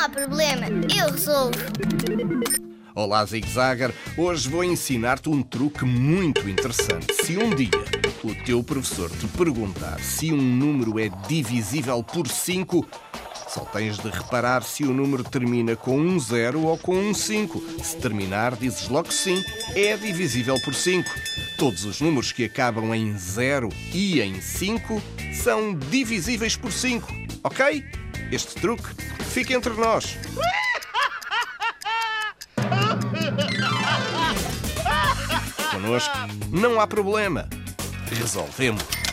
há problema, eu resolvo. Olá, Zig Zagger. Hoje vou ensinar-te um truque muito interessante. Se um dia o teu professor te perguntar se um número é divisível por 5, só tens de reparar se o número termina com um 0 ou com um 5. Se terminar, dizes logo que sim, é divisível por 5. Todos os números que acabam em 0 e em 5 são divisíveis por 5, ok? Este truque fica entre nós. Connosco não há problema. Resolvemos.